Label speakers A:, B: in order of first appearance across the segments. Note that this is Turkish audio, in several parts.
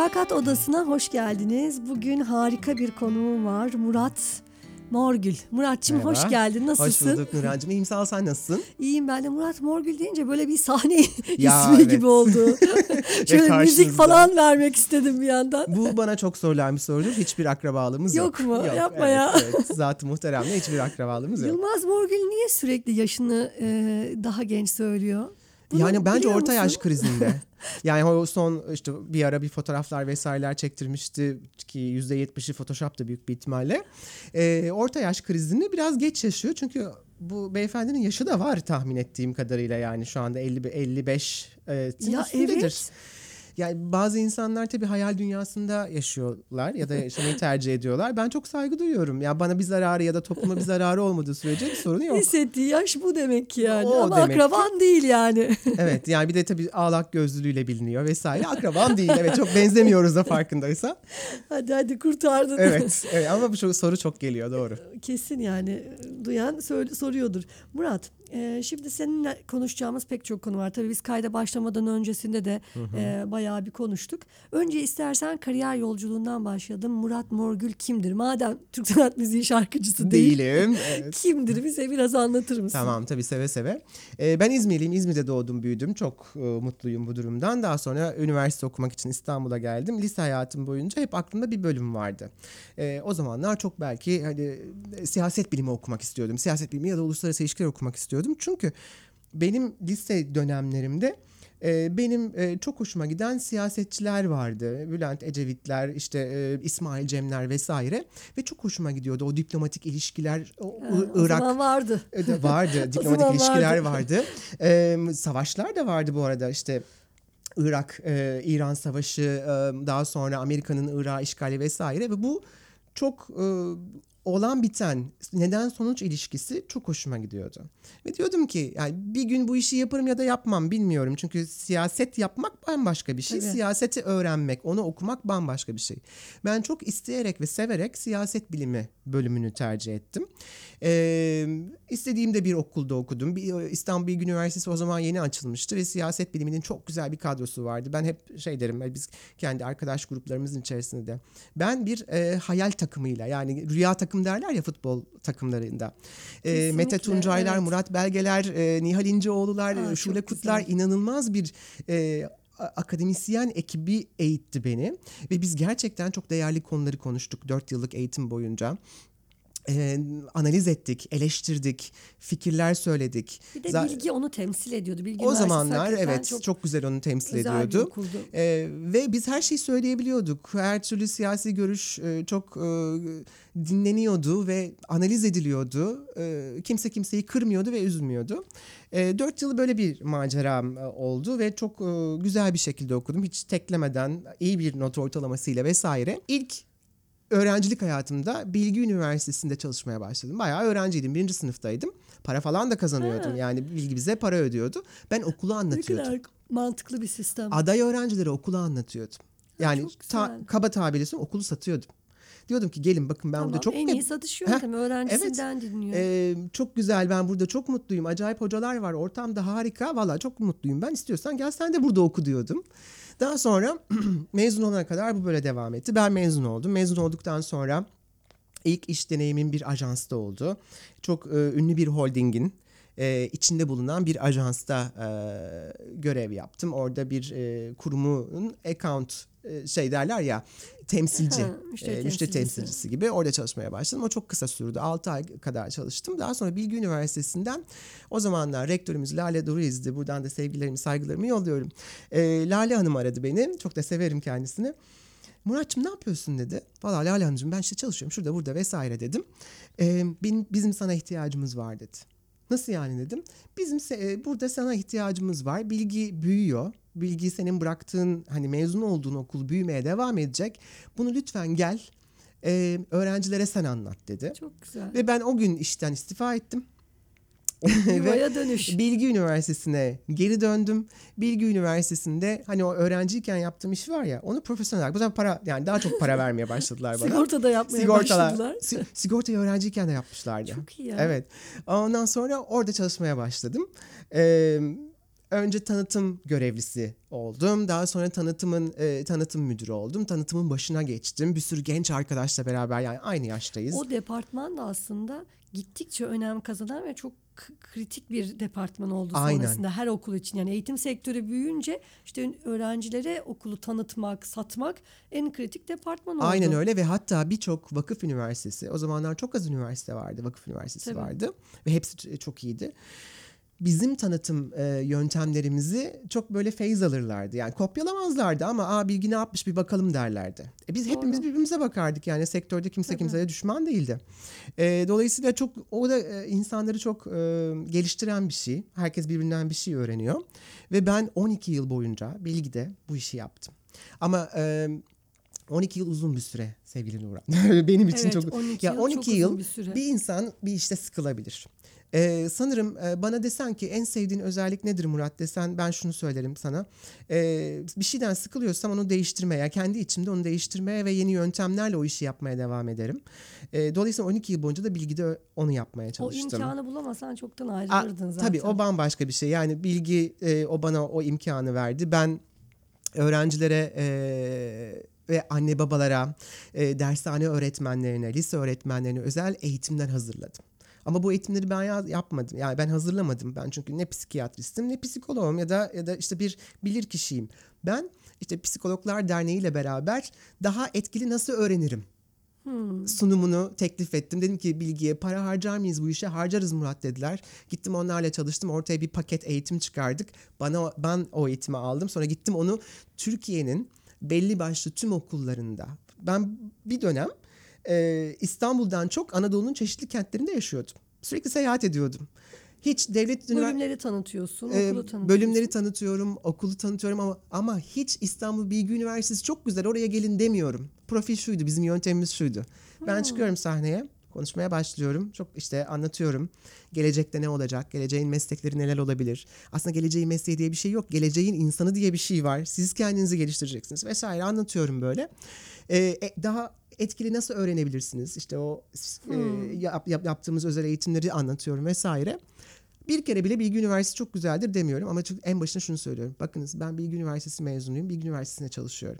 A: Liyakat Odası'na hoş geldiniz. Bugün harika bir konuğum var. Murat Morgül. Murat'cığım hoş geldin. Nasılsın?
B: Hoş bulduk Nurhan'cığım. İyiyim, sağ ol, sen nasılsın?
A: İyiyim ben de. Murat Morgül deyince böyle bir sahne
B: Ya,
A: ismi
B: evet.
A: gibi oldu. Şöyle müzik falan vermek istedim bir yandan.
B: Bu bana çok sorulan bir sorudur. Hiçbir akrabalığımız yok.
A: Yok mu?
B: Yok,
A: Yapma
B: evet,
A: ya.
B: Evet. Zat-ı muhteremle hiçbir akrabalığımız yok.
A: Yılmaz Morgül niye sürekli yaşını daha genç söylüyor? Bunu
B: Yani bence
A: biliyor
B: orta yaş
A: musun?
B: krizinde. Yani o son işte bir ara bir fotoğraflar vesaireler çektirmişti ki %70'i Photoshop'ta büyük bir ihtimalle. Orta yaş krizini biraz geç yaşıyor çünkü bu beyefendinin yaşı da var tahmin ettiğim kadarıyla, yani şu anda 55
A: Ya
B: üstündedir.
A: evet.
B: Yani bazı insanlar tabii hayal dünyasında yaşıyorlar ya da yaşamayı tercih ediyorlar. Ben çok saygı duyuyorum. Ya bana bir zararı ya da topluma bir zararı olmadığı sürece bir sorun yok.
A: Hissettiği yaş bu demek ki yani.
B: O
A: Ama
B: demek
A: akraban değil yani.
B: Evet, yani bir de tabii ağlak gözlülüğüyle biliniyor vesaire. Akrabam değil, evet, çok benzemiyoruz da farkındaysan.
A: Hadi kurtardın.
B: Evet, evet, ama bu soru çok geliyor, doğru.
A: Kesin yani duyan soruyordur. Murat, şimdi seninle konuşacağımız pek çok konu var. Tabii biz kayda başlamadan öncesinde de bayağı bir konuştuk. Önce istersen kariyer yolculuğundan başlayalım. Murat Morgül kimdir? Madem Türk sanat müziği şarkıcısı değil.
B: Değilim. Evet.
A: Kimdir? Bize biraz anlatır mısın?
B: Tamam, tabii, seve seve. Ben İzmirliyim. İzmir'de doğdum, büyüdüm. Çok mutluyum bu durumdan. Daha sonra üniversite okumak için İstanbul'a geldim. Lise hayatım boyunca hep aklımda bir bölüm vardı. O zamanlar çok belki hani siyaset bilimi okumak istiyordum. Siyaset bilimi ya da uluslararası ilişkiler okumak istiyordum. Çünkü benim lise dönemlerimde benim çok hoşuma giden siyasetçiler vardı. Bülent Ecevitler, işte İsmail Cemler vesaire, ve çok hoşuma gidiyordu o diplomatik ilişkiler,
A: O
B: Irak
A: zaman vardı.
B: vardı, diplomatik ilişkiler vardı. Savaşlar da vardı bu arada, işte Irak, İran Savaşı, daha sonra Amerika'nın Irak'ı işgali vesaire, ve bu çok olan biten neden sonuç ilişkisi çok hoşuma gidiyordu. Ve diyordum ki yani bir gün bu işi yaparım ya da yapmam, bilmiyorum. Çünkü siyaset yapmak bambaşka bir şey.
A: Tabii.
B: Siyaseti öğrenmek, onu okumak bambaşka bir şey. Ben çok isteyerek ve severek siyaset bilimi bölümünü tercih ettim. İstediğim de bir okulda okudum. İstanbul Bilgi Üniversitesi o zaman yeni açılmıştı ve siyaset biliminin çok güzel bir kadrosu vardı. Ben hep şey derim, biz kendi arkadaş gruplarımızın içerisinde de. Ben bir hayal takımıyla, yani rüya takım derler ya futbol takımlarında. Mete Tuncaylar, evet. Murat Belgeler, Nihal İnceoğlu'lar, Şule Kutlar, inanılmaz bir akademisyen ekibi eğitti beni. Ve biz gerçekten çok değerli konuları konuştuk 4 yıllık eğitim boyunca. Analiz ettik, eleştirdik, fikirler söyledik.
A: Bir de Bilgi onu temsil ediyordu. Bilgi
B: o zamanlar evet çok güzel onu temsil ediyordu. Ve biz her şeyi söyleyebiliyorduk. Her türlü siyasi görüş çok dinleniyordu ve analiz ediliyordu. Kimse kimseyi kırmıyordu ve üzmüyordu. 4 yıl böyle bir maceram oldu ve çok güzel bir şekilde okudum. Hiç teklemeden, iyi bir not ortalamasıyla vesaire. İlk öğrencilik hayatımda Bilgi Üniversitesi'nde çalışmaya başladım. Bayağı öğrenciydim. 1. sınıftaydım. Para falan da kazanıyordum. Yani Bilgi bize para ödüyordu. Ben okulu anlatıyordum.
A: Ne kadar mantıklı bir sistem.
B: Aday öğrencilere okulu anlatıyordum. Yani kaba tabirle okulu satıyordum. Diyordum ki gelin bakın ben burada çok...
A: En iyi satış yöntemi, öğrencisinden dinliyor.
B: Çok güzel, ben burada çok mutluyum. Acayip hocalar var. Ortam da harika. Vallahi çok mutluyum ben. İstiyorsan gel sen de burada oku diyordum. Daha sonra mezun olana kadar bu böyle devam etti. Ben mezun oldum. Mezun olduktan sonra ilk iş deneyimim bir ajansta oldu. Çok ünlü bir holdingin içinde bulunan bir ajansta görev yaptım. Orada bir kurumun account derler ya, temsilci, müşteri temsilcisi gibi orada çalışmaya başladım. O çok kısa sürdü. 6 ay kadar çalıştım. Daha sonra Bilgi Üniversitesi'nden, o zamanlar rektörümüz Lale Duruiz'di. Buradan da sevgilerimi, saygılarımı yolluyorum. Lale Hanım aradı beni. Çok da severim kendisini. Murat'cığım ne yapıyorsun dedi. Valla Lale Hanımcığım ben işte çalışıyorum şurada burada vesaire dedim. Bizim sana ihtiyacımız var dedi. Nasıl yani dedim. Bizim burada sana ihtiyacımız var. Bilgi büyüyor. Bilgi senin bıraktığın, hani mezun olduğun okul büyümeye devam edecek. Bunu lütfen gel öğrencilere sen anlat dedi.
A: Çok güzel.
B: Ve ben o gün işten istifa ettim.
A: Yuvaya dönüş.
B: Bilgi Üniversitesi'ne geri döndüm. Bilgi Üniversitesi'nde hani o öğrenciyken yaptığım iş var ya, onu profesyonel olarak, bu sefer para, yani daha çok para vermeye başladılar bana.
A: Sigorta da yapmaya başladılar.
B: Sigortayı öğrenciyken de yapmışlardı.
A: Çok iyi ya.
B: Evet. Ondan sonra orada çalışmaya başladım. önce tanıtım görevlisi oldum. Daha sonra tanıtım müdürü oldum. Tanıtımın başına geçtim. Bir sürü genç arkadaşla beraber, yani aynı yaştayız.
A: O departman da aslında gittikçe önem kazanan ve çok kritik bir departman oldu sonrasında her okul için. Yani eğitim sektörü büyüyünce işte öğrencilere okulu tanıtmak, satmak en kritik departman oldu.
B: Aynen öyle ve hatta birçok vakıf üniversitesi, o zamanlar çok az üniversite vardı, vakıf üniversitesi
A: Tabii.
B: vardı ve hepsi çok iyiydi. Bizim tanıtım yöntemlerimizi çok böyle feyz alırlardı. Yani kopyalamazlardı ama Bilgi ne yapmış bir bakalım derlerdi. Biz hepimiz birbirimize bakardık, yani sektörde kimse kimseye düşman değildi. Dolayısıyla çok o da insanları çok geliştiren bir şey. Herkes birbirinden bir şey öğreniyor. Ve ben 12 yıl boyunca Bilgi'de bu işi yaptım. Ama 12 yıl uzun bir süre sevgili Nurhan. Benim için
A: Evet,
B: çok
A: 12
B: yıl
A: uzun bir süre.
B: bir insan bir işte sıkılabilir. Sanırım bana desen ki en sevdiğin özellik nedir Murat desen, ben şunu söylerim sana. Bir şeyden sıkılıyorsam onu değiştirmeye, yani kendi içimde onu değiştirmeye ve yeni yöntemlerle o işi yapmaya devam ederim. Dolayısıyla 12 yıl boyunca da Bilgi'de onu yapmaya çalıştım.
A: O imkanı bulamasan çoktan ayrılırdın zaten.
B: Tabii o bambaşka bir şey. Yani Bilgi o bana o imkanı verdi. Ben öğrencilere ve anne babalara, dershane öğretmenlerine, lise öğretmenlerine özel eğitimler hazırladım. Ama bu eğitimleri ben yapmadım. Yani ben hazırlamadım. Ben çünkü ne psikiyatristim, ne psikoloğum ya da işte bir bilir kişiyim. Ben işte Psikologlar Derneği ile beraber daha etkili nasıl öğrenirim sunumunu teklif ettim. Dedim ki Bilgi'ye, para harcar mıyız bu işe? Harcarız Murat dediler. Gittim onlarla çalıştım. Ortaya bir paket eğitim çıkardık. Ben o eğitimi aldım. Sonra gittim onu Türkiye'nin belli başlı tüm okullarında. Ben bir dönem İstanbul'dan çok Anadolu'nun çeşitli kentlerinde yaşıyordum. Sürekli seyahat ediyordum. Hiç devlet
A: bölümleri tanıtıyorsun, okulu tanıtıyorsun.
B: bölümleri tanıtıyorum, okulu tanıtıyorum ama hiç İstanbul Bilgi Üniversitesi çok güzel, oraya gelin demiyorum. Profil şuydu, bizim yöntemimiz şuydu. Ben çıkıyorum sahneye, konuşmaya başlıyorum. Çok işte anlatıyorum. Gelecekte ne olacak? Geleceğin meslekleri neler olabilir? Aslında geleceğin mesleği diye bir şey yok. Geleceğin insanı diye bir şey var. Siz kendinizi geliştireceksiniz vesaire anlatıyorum böyle. Daha etkili nasıl öğrenebilirsiniz? İşte o yaptığımız özel eğitimleri anlatıyorum vesaire. Bir kere bile Bilgi Üniversitesi çok güzeldir demiyorum ama en başına şunu söylüyorum. Bakınız, ben Bilgi Üniversitesi mezunuyum. Bilgi Üniversitesi'nde çalışıyorum.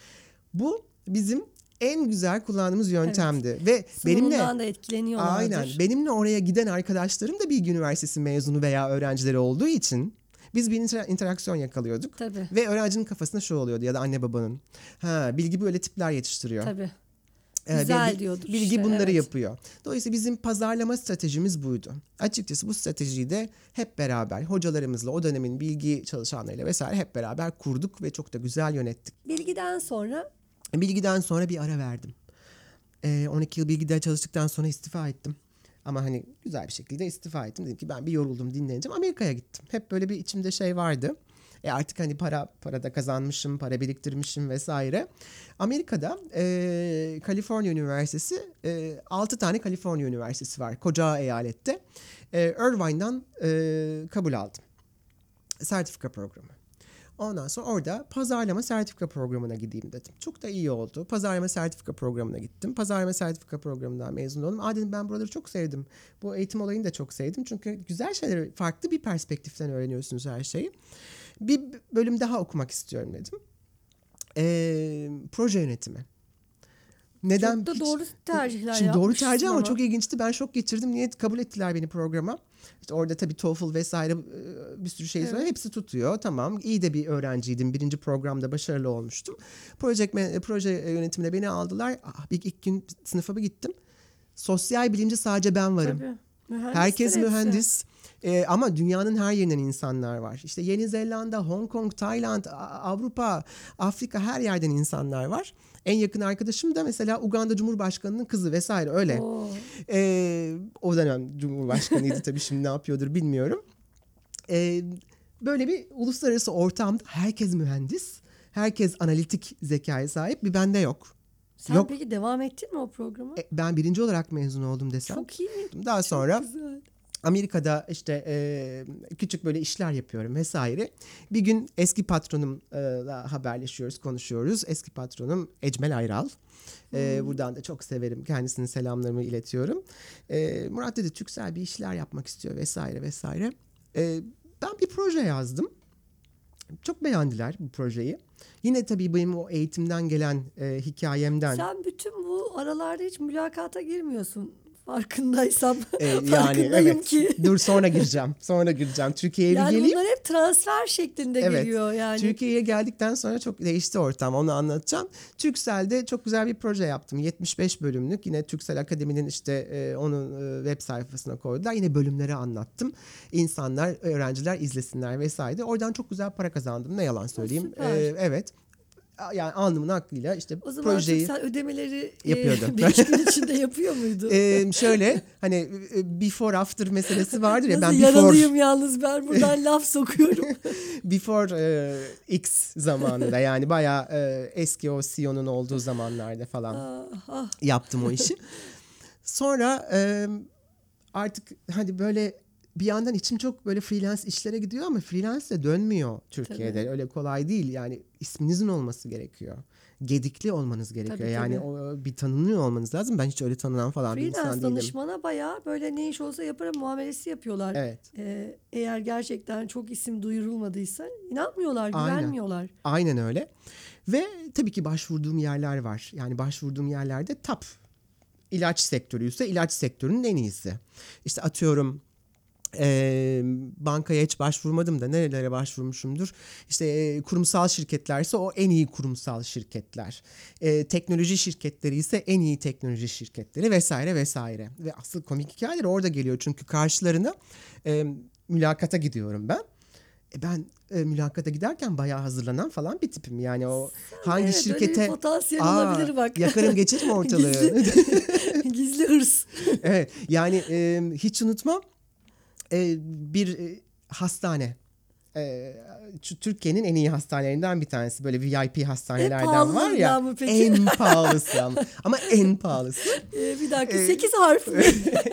B: Bu bizim en güzel kullandığımız yöntemdi. Evet. Ve
A: sunumundan da etkileniyorlardır.
B: Aynen. Benimle oraya giden arkadaşlarım da Bilgi Üniversitesi mezunu veya öğrencileri olduğu için biz bir interaksiyon yakalıyorduk.
A: Tabii.
B: Ve öğrencinin kafasında şu oluyordu ya da anne babanın. Bilgi böyle tipler yetiştiriyor.
A: Tabii. Güzel diyordur.
B: Bilgi
A: işte,
B: bunları
A: evet.
B: yapıyor. Dolayısıyla bizim pazarlama stratejimiz buydu. Açıkçası bu stratejiyi de hep beraber hocalarımızla, o dönemin bilgi çalışanlarıyla vesaire hep beraber kurduk ve çok da güzel yönettik.
A: Bilgiden sonra
B: Bir ara verdim. 12 yıl Bilgi'de çalıştıktan sonra istifa ettim. Ama hani güzel bir şekilde istifa ettim. Dedim ki ben bir yoruldum, dinleneceğim. Amerika'ya gittim. Hep böyle bir içimde şey vardı. Artık hani para da kazanmışım, para biriktirmişim vesaire. Amerika'da Kaliforniya Üniversitesi, 6 tane Kaliforniya Üniversitesi var koca eyalette. Irvine'dan kabul aldım. Sertifika programı. Ondan sonra orada pazarlama sertifika programına gideyim dedim. Çok da iyi oldu. Pazarlama sertifika programına gittim. Pazarlama sertifika programından mezun oldum. Dedim ben buraları çok sevdim. Bu eğitim olayını da çok sevdim. Çünkü güzel şeyleri farklı bir perspektiften öğreniyorsunuz her şeyi. Bir bölüm daha okumak istiyorum dedim. Proje yönetimi. Neden?
A: Çok da doğru tercihler
B: Şimdi doğru tercih ama
A: ama
B: çok ilginçti. Ben şok geçirdim. Niye kabul ettiler beni programa? İşte orada tabii TOEFL vesaire bir sürü şey söylüyor. Hepsi tutuyor. Tamam. İyi de bir öğrenciydim. Birinci programda başarılı olmuştum. Proje yönetimine beni aldılar. İlk gün sınıfa bir gittim. Sosyal bilimci sadece ben varım.
A: Tabii.
B: Herkes mühendis. Ama dünyanın her yerinden insanlar var. İşte Yeni Zelanda, Hong Kong, Tayland, Avrupa, Afrika, her yerden insanlar var. En yakın arkadaşım da mesela Uganda Cumhurbaşkanı'nın kızı vesaire öyle. O dönem Cumhurbaşkanıydı tabii, şimdi ne yapıyordur bilmiyorum. Böyle bir uluslararası ortamda herkes mühendis, herkes analitik zekaya sahip, bir bende yok.
A: Sen peki devam ettin mi o programa?
B: Ben birinci olarak mezun oldum desem.
A: Çok iyi.
B: Daha sonra
A: Çok güzel.
B: Amerika'da işte küçük böyle işler yapıyorum vesaire. Bir gün eski patronumla haberleşiyoruz, konuşuyoruz. Eski patronum Ecmel Ayral. Buradan da çok severim. Kendisinin selamlarımı iletiyorum. Murat dedi Türksel bir işler yapmak istiyor vesaire vesaire. Ben bir proje yazdım. Çok beğendiler bu projeyi. Yine tabii benim o eğitimden gelen hikayemden.
A: Sen bütün bu aralarda hiç mülakata girmiyorsun. Farkındaysam.
B: Yani
A: Farkındayım
B: evet.
A: ki.
B: Dur sonra gireceğim. Türkiye'ye bir
A: Yani
B: geleyim.
A: bunlar hep transfer şeklinde
B: Evet.
A: geliyor yani.
B: Türkiye'ye geldikten sonra çok değişti ortam. Onu anlatacağım. Turkcell'de çok güzel bir proje yaptım. 75 bölümlük. Yine Turkcell Akademi'nin onun web sayfasına koydular. Yine bölümleri anlattım. İnsanlar, öğrenciler izlesinler vesaire. Oradan çok güzel para kazandım. Ne yalan söyleyeyim.
A: Süper.
B: Evet. Yani alnımın hakkıyla işte
A: O zaman
B: projeyi
A: sen ödemeleri
B: yapıyordum.
A: 5 gün içinde yapıyor muydu?
B: Şöyle hani before after meselesi vardır ya,
A: Nasıl
B: ben
A: yaralıyım yalnız, ben buradan laf sokuyorum.
B: before X zamanında, yani bayağı eski o CEO'nun olduğu zamanlarda falan yaptım o işi. Sonra artık hani böyle bir yandan içim çok böyle freelance işlere gidiyor ama freelance de dönmüyor Türkiye'de.
A: Tabii.
B: Öyle kolay değil. Yani isminizin olması gerekiyor. Gedikli olmanız gerekiyor.
A: Tabii,
B: yani
A: tabii.
B: o bir tanınıyor olmanız lazım. Ben hiç öyle tanınan falan bir insan
A: Freelance
B: değilim.
A: danışmana bayağı böyle ne iş olsa yaparım muamelesi yapıyorlar.
B: Evet.
A: Eğer gerçekten çok isim duyurulmadıysa inanmıyorlar, güvenmiyorlar.
B: Aynen öyle. Ve tabii ki başvurduğum yerler var. Yani başvurduğum yerlerde top. İlaç sektörü ise ilaç sektörünün en iyisi. İşte atıyorum bankaya hiç başvurmadım da nerelere başvurmuşumdur. İşte kurumsal şirketlerse o en iyi kurumsal şirketler. Teknoloji şirketleri ise en iyi teknoloji şirketleri vesaire vesaire. Ve asıl komik hikayeler orada geliyor. Çünkü karşılarına mülakata gidiyorum ben. Ben mülakata giderken bayağı hazırlanan falan bir tipim. Yani o hangi
A: Evet,
B: şirkete...
A: öyle bir potansiyel olabilir bak.
B: Yakarım geçerim ortalığı.
A: Gizli hırs.
B: Evet, yani hiç unutmam. Bir hastane. Türkiye'nin en iyi hastanelerinden bir tanesi. Böyle VIP hastanelerden var ya.
A: mı peki?
B: En pahalısı ama en pahalısı.
A: Bir dakika, 8 harf mi?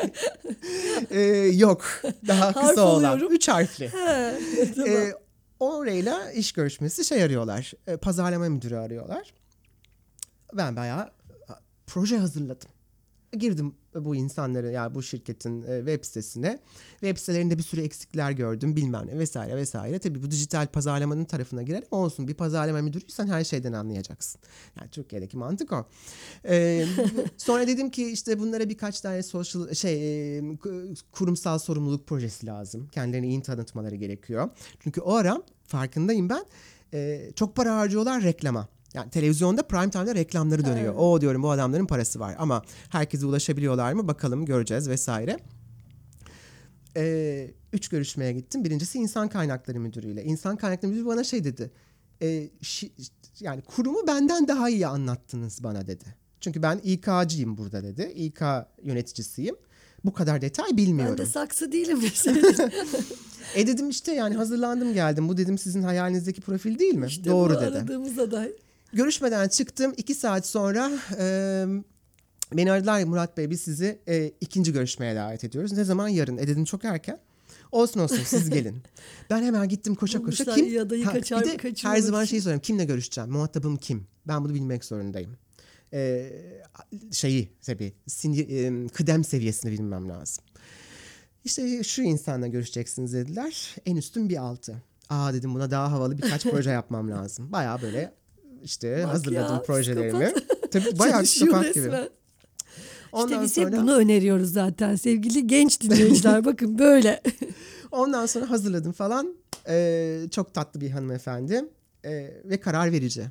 B: Yok. Daha
A: Harf
B: kısa olan.
A: alıyorum.
B: 3 harfli.
A: He, tamam.
B: Orayla iş görüşmesi arıyorlar. Pazarlama müdürü arıyorlar. Ben bayağı proje hazırladım. Girdim bu insanları, yani bu şirketin web sitesine. Web sitelerinde bir sürü eksikler gördüm, bilmem ne vesaire vesaire. Tabii bu dijital pazarlamanın tarafına girer ama olsun, bir pazarlama müdürüysen her şeyden anlayacaksın. Yani Türkiye'deki mantık o. Sonra dedim ki işte bunlara birkaç tane kurumsal sorumluluk projesi lazım. Kendilerini iyi tanıtmaları gerekiyor. Çünkü o ara farkındayım ben, çok para harcıyorlar reklama. Yani televizyonda prime time'da reklamları dönüyor.
A: Evet.
B: O diyorum, bu adamların parası var. Ama herkese ulaşabiliyorlar mı? Bakalım, göreceğiz vesaire. 3 görüşmeye gittim. Birincisi insan kaynakları müdürüyle. İnsan kaynakları müdürü bana şey dedi. Yani kurumu benden daha iyi anlattınız bana dedi. Çünkü ben İK'cıyım burada dedi. İK yöneticisiyim. Bu kadar detay bilmiyorum.
A: Ben de saksı değilim mesela.
B: Dedim işte, yani hazırlandım geldim. Bu dedim sizin hayalinizdeki profil değil mi?
A: İşte
B: Doğru
A: bu
B: dedi.
A: aradığımız aday.
B: Görüşmeden çıktım. 2 saat sonra beni aradılar. Murat Bey, biz sizi ikinci görüşmeye davet ediyoruz. Ne zaman? Yarın. Dedim çok erken. Olsun siz gelin. Ben hemen gittim koşa koşa.
A: Bulmuşlar
B: Kim?
A: iyi adayı
B: Bir de
A: kaçırmamak
B: her zaman
A: için.
B: soruyorum. Kimle görüşeceğim? Muhatabım kim? Ben bunu bilmek zorundayım. Tabii kıdem seviyesini bilmem lazım. İşte şu insanla görüşeceksiniz dediler. En üstün bir altı. Dedim, buna daha havalı birkaç proje yapmam lazım. Bayağı böyle işte
A: Bak
B: hazırladım
A: ya,
B: projelerimi. Tabii bayağı
A: Çalışıyor
B: psikopat gibi.
A: resmen.
B: Ondan
A: İşte biz hep
B: sonra
A: bunu öneriyoruz zaten sevgili genç dinleyiciler. Bakın böyle.
B: ondan sonra hazırladım falan. Çok tatlı bir hanımefendi ve karar verici.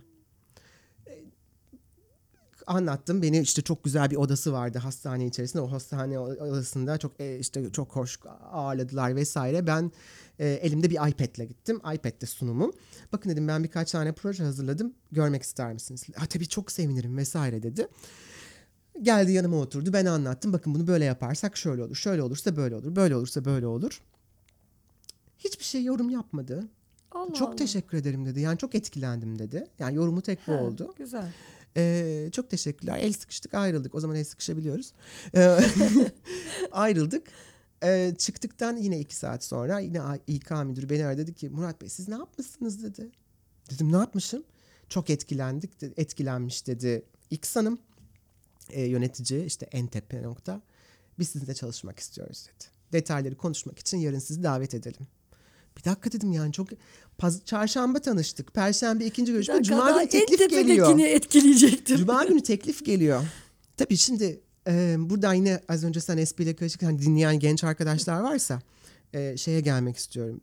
B: Anlattım. Beni işte çok güzel bir odası vardı hastane içerisinde. O hastane odasında çok hoş ağırladılar vesaire. Ben elimde bir iPad'le gittim. iPad'de sunumum. Bakın dedim, ben birkaç tane proje hazırladım. Görmek ister misiniz? Tabii çok sevinirim vesaire dedi. Geldi yanıma oturdu. Ben anlattım. Bakın bunu böyle yaparsak şöyle olur. Şöyle olursa böyle olur. Böyle olursa böyle olur. Hiçbir şey yorum yapmadı.
A: Allah
B: Çok
A: Allah.
B: teşekkür ederim dedi. Yani çok etkilendim dedi. Yani yorumu tek bu oldu.
A: Güzel.
B: Çok teşekkürler. El sıkıştık, ayrıldık. O zaman el sıkışabiliyoruz. Ayrıldık. Çıktıktan yine 2 saat sonra yine İK müdürü beni aradı, dedi ki Murat Bey, siz ne yapmışsınız dedi. Dedim, ne yapmışım? Çok etkilenmiş dedi. X Hanım yönetici, işte en tepe nokta. Biz sizinle çalışmak istiyoruz dedi. Detayları konuşmak için yarın sizi davet edelim. Bir dakika dedim yani çok çarşamba tanıştık. Perşembe ikinci görüşme.
A: dakika,
B: Cuma
A: daha
B: günü
A: en
B: teklif
A: tepedekini
B: geliyor.
A: etkileyecektir.
B: Cuma günü teklif geliyor. Tabii şimdi burada yine az önce sen espriyle karışık hani dinleyen genç arkadaşlar varsa şeye gelmek istiyorum.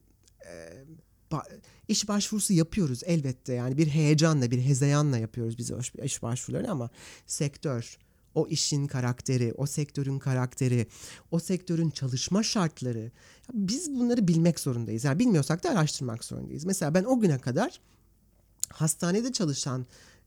B: İş başvurusu yapıyoruz elbette yani bir heyecanla bir hezeyanla yapıyoruz biz o iş başvurularını ama sektör, o işin karakteri, o sektörün karakteri, o sektörün çalışma şartları biz bunları bilmek zorundayız. Yani bilmiyorsak da araştırmak zorundayız. Mesela ben o güne kadar hastanede çalışan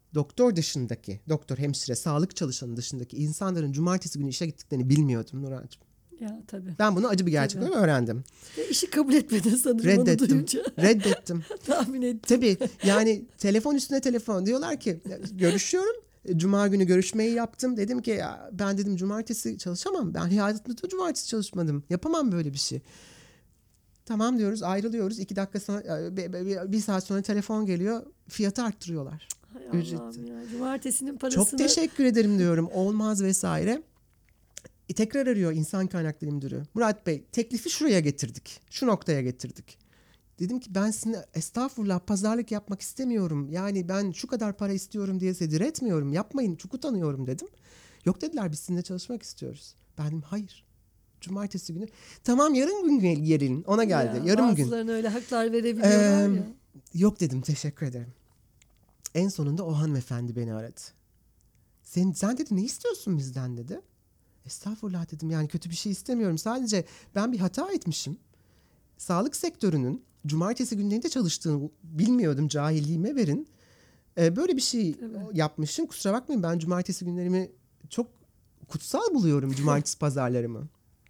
B: doktor, hemşire, sağlık çalışanı dışındaki insanların cumartesi günü işe gittiklerini bilmiyordum Nurhan'cığım.
A: Ya tabii.
B: Ben bunu acı bir gerçek olarak öğrendim.
A: Ve işi kabul etmedin sanırım onu duyunca.
B: Reddettim.
A: Tahmin ettim.
B: Tabii yani telefon üstüne telefon diyorlar ki görüşüyorum. Cuma günü görüşmeyi yaptım. Dedim ki ya ben dedim cumartesi çalışamam. Ben hayatımda cumartesi çalışmadım. Yapamam böyle bir şey. Tamam diyoruz ayrılıyoruz. 2 dakika sonra bir saat sonra telefon geliyor. Fiyatı arttırıyorlar.
A: Hay Allah'ım ya. Cumartesinin parasını...
B: Çok teşekkür ederim diyorum. Olmaz vesaire. Tekrar arıyor insan kaynakları müdürü. Murat Bey teklifi şuraya getirdik. Şu noktaya getirdik. Dedim ki ben sizinle estağfurullah pazarlık yapmak istemiyorum. Yani ben şu kadar para istiyorum diye size diretmiyorum. Yapmayın çok utanıyorum dedim. Yok dediler biz sizinle çalışmak istiyoruz. Ben dedim hayır. Cumartesi günü. Tamam yarın gün gelin. Ona geldi.
A: Ya,
B: yarım gün.
A: Bazılarına öyle haklar verebiliyorlar ya.
B: Yok dedim teşekkür ederim. En sonunda o hanımefendi beni aradı. Sen dedi ne istiyorsun bizden dedi. Estağfurullah dedim yani kötü bir şey istemiyorum. Sadece ben bir hata etmişim. Sağlık sektörünün cumartesi günlerinde çalıştığını bilmiyordum cahilliğime verin. Böyle bir şey yapmışım. Kusura bakmayın ben cumartesi günlerimi çok kutsal buluyorum cumartesi pazarlarımı.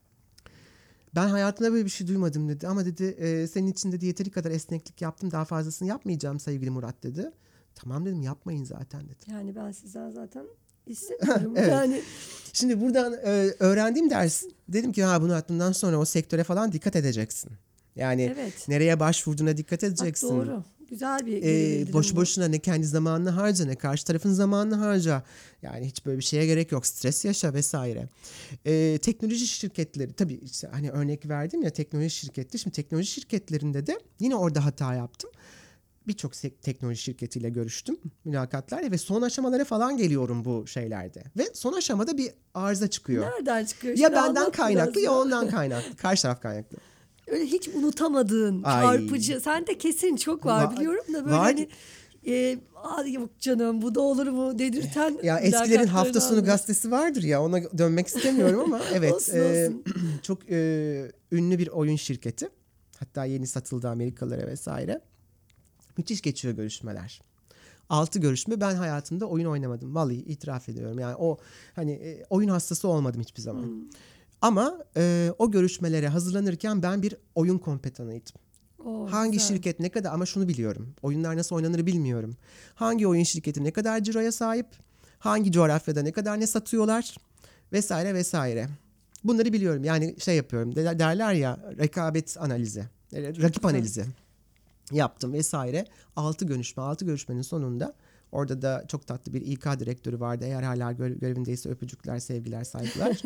B: Ben hayatımda böyle bir şey duymadım dedi. Ama dedi senin için de yeteri kadar esneklik yaptım. Daha fazlasını yapmayacağım sevgili Murat dedi. Tamam dedim yapmayın zaten dedi.
A: Yani ben sizden zaten istemiyorum.
B: Evet.
A: Yani
B: Şimdi buradan öğrendiğim ders dedim ki bundan sonra o sektöre falan dikkat edeceksin. Yani
A: evet.
B: nereye başvurduğuna dikkat
A: Bak
B: edeceksin.
A: doğru. Güzel bir bildirim
B: Boşu
A: bu.
B: boşuna ne kendi zamanını harca ne karşı tarafın zamanını harca. Yani hiç böyle bir şeye gerek yok. Stres yaşa vesaire. Teknoloji şirketleri tabii işte hani örnek verdim ya teknoloji şirketleri. Şimdi teknoloji şirketlerinde de yine orada hata yaptım. Birçok teknoloji şirketiyle görüştüm mülakatlar ve son aşamalara falan geliyorum bu şeylerde. Ve son aşamada bir arıza çıkıyor.
A: Nereden çıkıyor?
B: Ya
A: Şimdi
B: benden
A: anlat
B: kaynaklı
A: biraz
B: ya ondan kaynaklı. Karşı taraf kaynaklı.
A: Öyle hiç unutamadığın,
B: Ay.
A: çarpıcı. Sende kesin çok var biliyorum da böyle
B: var.
A: hani yok canım bu da olur mu dedirten
B: Ya eskilerin
A: mülakatlarını
B: hafta sonu
A: anlat.
B: gazetesi vardır ya ona dönmek istemiyorum ama evet
A: Olsun.
B: çok ünlü bir oyun şirketi. Hatta yeni satıldı Amerikalılara vesaire. Müthiş geçiyor görüşmeler. 6 görüşme ben hayatımda oyun oynamadım. Vallahi itiraf ediyorum. Yani o hani oyun hastası olmadım hiçbir zaman. Ama o görüşmelere hazırlanırken ben bir oyun kompetanıydım. Hangi
A: Güzel.
B: şirket ne kadar ama şunu biliyorum. Oyunlar nasıl oynanır bilmiyorum. Hangi oyun şirketi ne kadar ciroya sahip? Hangi coğrafyada ne kadar ne satıyorlar? Vesaire vesaire. Bunları biliyorum. Yani şey yapıyorum. Derler ya rekabet analizi. Rakip analizi yaptım vesaire. 6 görüşmenin sonunda orada da çok tatlı bir İK direktörü vardı. Eğer hala görevindeyse öpücükler, sevgiler, saygılar.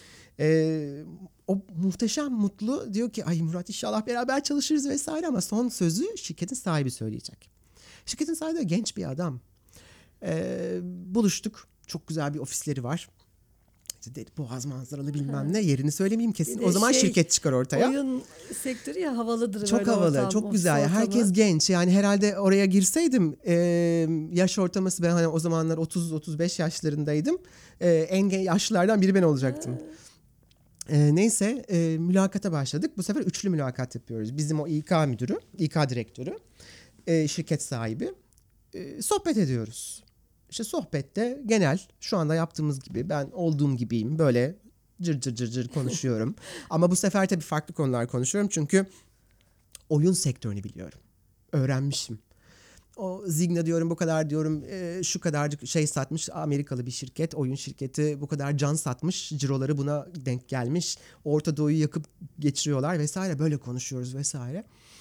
B: O muhteşem mutlu diyor ki ay Murat inşallah beraber çalışırız vesaire ama son sözü şirketin sahibi söyleyecek. Şirketin sahibi de genç bir adam. Buluştuk. Çok güzel bir ofisleri var. Boğaz manzaralı bilmem ne yerini söylemeyeyim kesin. O zaman şirket çıkar ortaya.
A: Oyun sektörü ya havalıdır.
B: Çok havalı,
A: ortam,
B: çok güzel.
A: ortamı.
B: Herkes genç. Yani herhalde oraya girseydim yaş ortalaması ben hani o zamanlar 30-35 yaşlarındaydım. En yaşlılardan biri ben olacaktım. Neyse mülakata başladık. Bu sefer üçlü mülakat yapıyoruz. Bizim o İK müdürü, İK direktörü, şirket sahibi sohbet ediyoruz. İşte sohbette genel şu anda yaptığımız gibi ben olduğum gibiyim. Böyle cır cır cır cır konuşuyorum. Ama bu sefer tabii farklı konular konuşuyorum. Çünkü oyun sektörünü biliyorum. Öğrenmişim. O Zigna diyorum bu kadar diyorum şu kadarcık şey satmış Amerikalı bir şirket oyun şirketi bu kadar can satmış ciroları buna denk gelmiş Orta Doğu'yu yakıp geçiriyorlar vesaire böyle konuşuyoruz vesaire.